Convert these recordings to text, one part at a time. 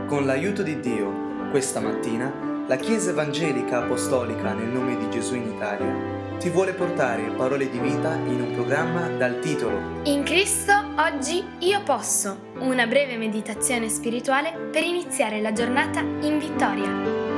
Con l'aiuto di Dio, questa mattina, la Chiesa Evangelica Apostolica nel nome di Gesù in Italia ti vuole portare parole di vita in un programma dal titolo In Cristo oggi io posso, una breve meditazione spirituale per iniziare la giornata in vittoria.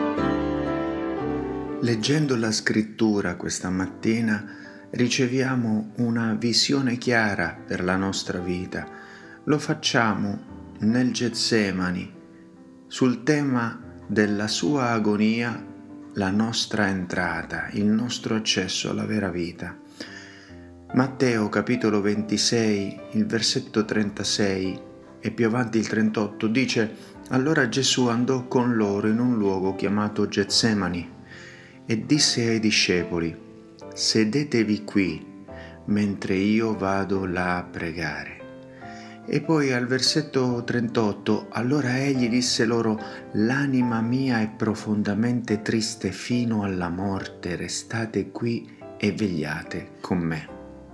Leggendo la scrittura questa mattina riceviamo una visione chiara per la nostra vita. Lo facciamo nel Getsemani, sul tema della sua agonia, la nostra entrata, il nostro accesso alla vera vita. Matteo capitolo 26, il versetto 36 e più avanti il 38 dice: Allora Gesù andò con loro in un luogo chiamato Getsemani e disse ai discepoli: Sedetevi qui mentre io vado là a pregare. E poi al versetto 38, allora egli disse loro: L'anima mia è profondamente triste fino alla morte, restate qui e vegliate con me.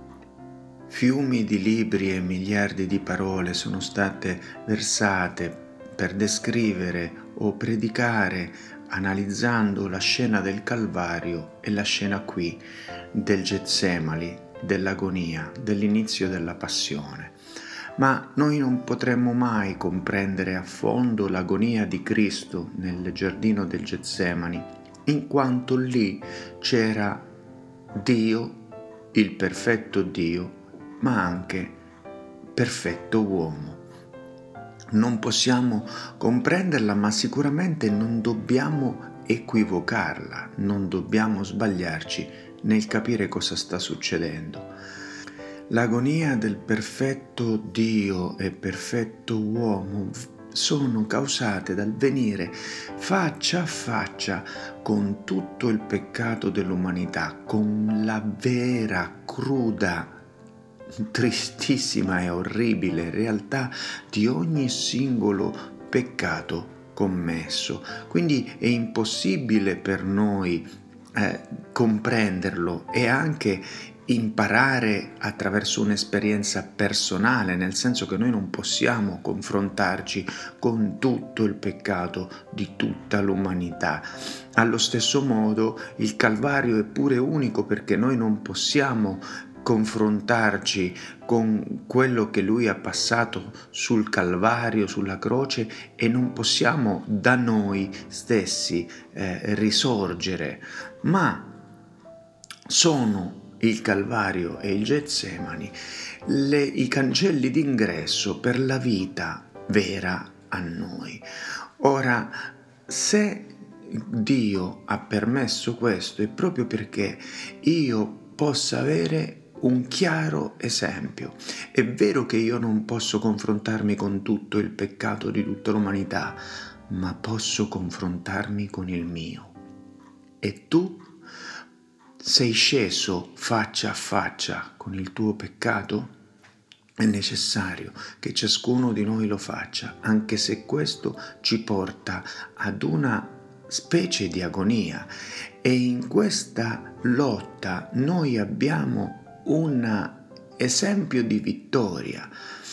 Fiumi di libri e miliardi di parole sono state versate per descrivere o predicare, analizzando la scena del Calvario e la scena qui del Getsemani, dell'agonia, dell'inizio della passione. Ma noi non potremmo mai comprendere a fondo l'agonia di Cristo nel giardino del Getsemani, in quanto lì c'era Dio, il perfetto Dio, ma anche perfetto uomo. Non possiamo comprenderla, ma sicuramente non dobbiamo equivocarla, non dobbiamo sbagliarci nel capire cosa sta succedendo. L'agonia del perfetto Dio e perfetto uomo sono causate dal venire faccia a faccia con tutto il peccato dell'umanità, con la vera, cruda, tristissima e orribile realtà di ogni singolo peccato commesso. Quindi è impossibile per noi comprenderlo e anche imparare attraverso un'esperienza personale, nel senso che noi non possiamo confrontarci con tutto il peccato di tutta l'umanità. Allo stesso modo il Calvario è pure unico, perché noi non possiamo confrontarci con quello che lui ha passato sul Calvario, sulla croce, e non possiamo da noi stessi risorgere, ma sono il Calvario e il Getsemani i cancelli d'ingresso per la vita vera a noi. Ora, se Dio ha permesso questo è proprio perché io possa avere un chiaro esempio. È vero che io non posso confrontarmi con tutto il peccato di tutta l'umanità, ma posso confrontarmi con il mio. E tu sei sceso faccia a faccia con il tuo peccato? È necessario che ciascuno di noi lo faccia, anche se questo ci porta ad una specie di agonia, e in questa lotta noi abbiamo un esempio di vittoria,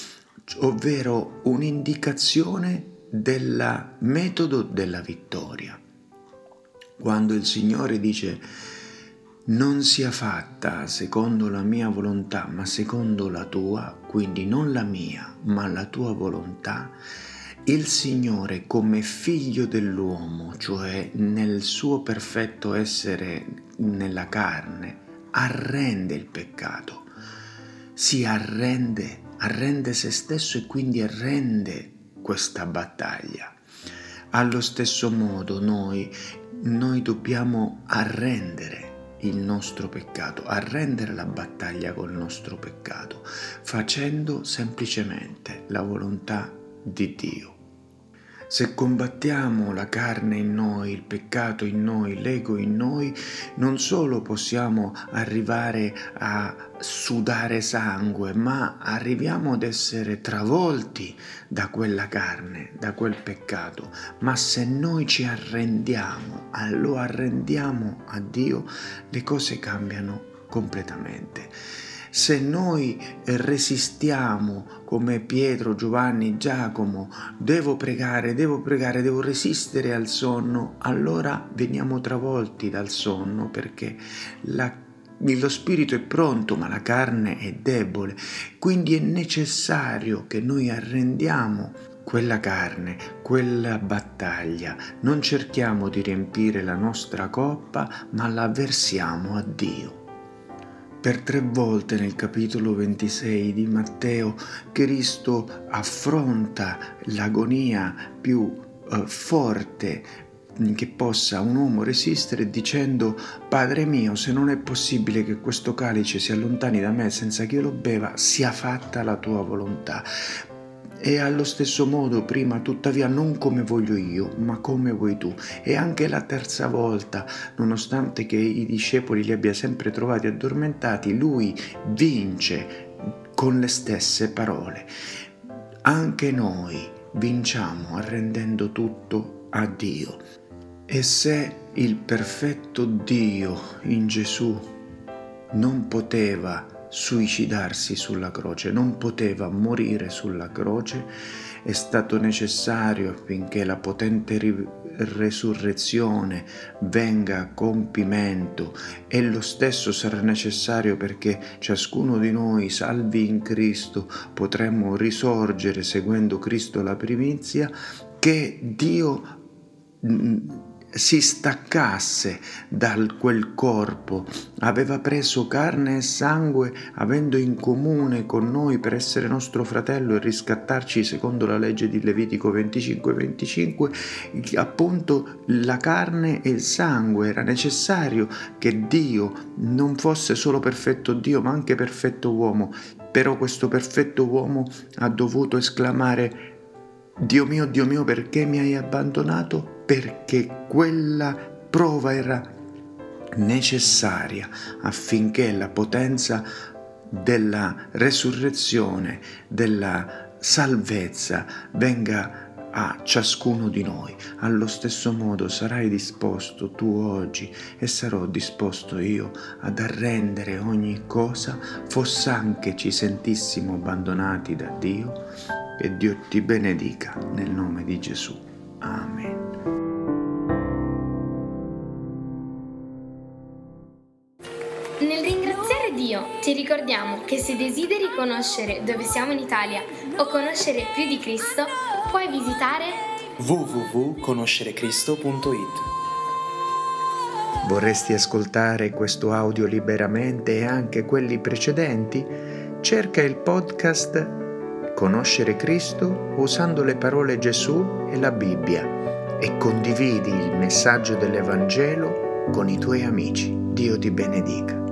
ovvero un'indicazione del metodo della vittoria. Quando il Signore dice: non sia fatta secondo la mia volontà, ma secondo la tua, quindi non la mia, ma la tua volontà, il Signore, come figlio dell'uomo, cioè nel suo perfetto essere nella carne, arrende il peccato, si arrende se stesso e quindi arrende questa battaglia. Allo stesso modo noi dobbiamo arrendere il nostro peccato, arrendere la battaglia col nostro peccato, facendo semplicemente la volontà di Dio. Se combattiamo la carne in noi, il peccato in noi, l'ego in noi, non solo possiamo arrivare a sudare sangue, ma arriviamo ad essere travolti da quella carne, da quel peccato. Ma se noi ci arrendiamo, lo arrendiamo a Dio, le cose cambiano completamente. Se noi resistiamo come Pietro, Giovanni, Giacomo, devo pregare, devo resistere al sonno, allora veniamo travolti dal sonno perché lo spirito è pronto ma la carne è debole, quindi è necessario che noi arrendiamo quella carne, quella battaglia. Non cerchiamo di riempire la nostra coppa, ma la versiamo a Dio. Per 3 volte nel capitolo 26 di Matteo Cristo affronta l'agonia più forte che possa un uomo resistere dicendo: Padre mio, se non è possibile che questo calice si allontani da me senza che io lo beva, sia fatta la tua volontà. E allo stesso modo prima, tuttavia, non come voglio io, ma come vuoi tu. E anche la 3ª volta, nonostante che i discepoli li abbia sempre trovati addormentati, lui vince con le stesse parole. Anche noi vinciamo arrendendo tutto a Dio. E se il perfetto Dio in Gesù non poteva suicidarsi sulla croce, non poteva morire sulla croce, è stato necessario affinché la potente resurrezione venga a compimento, e lo stesso sarà necessario perché ciascuno di noi, salvi in Cristo, potremmo risorgere seguendo Cristo la primizia, che Dio si staccasse da quel corpo, aveva preso carne e sangue avendo in comune con noi per essere nostro fratello e riscattarci secondo la legge di Levitico 25:25, appunto la carne e il sangue. Era necessario che Dio non fosse solo perfetto Dio ma anche perfetto uomo, però questo perfetto uomo ha dovuto esclamare: Dio mio, perché mi hai abbandonato? Perché quella prova era necessaria affinché la potenza della resurrezione, della salvezza venga a ciascuno di noi. Allo stesso modo sarai disposto tu oggi e sarò disposto io ad arrendere ogni cosa, foss'anche ci sentissimo abbandonati da Dio. Che Dio ti benedica nel nome di Gesù. Amen. Nel ringraziare Dio ti ricordiamo che se desideri conoscere dove siamo in Italia o conoscere più di Cristo, puoi visitare www.conoscerecristo.it. Vorresti ascoltare questo audio liberamente e anche quelli precedenti? Cerca il podcast Conoscere Cristo usando le parole Gesù e la Bibbia e condividi il messaggio dell'Evangelo con i tuoi amici. Dio ti benedica.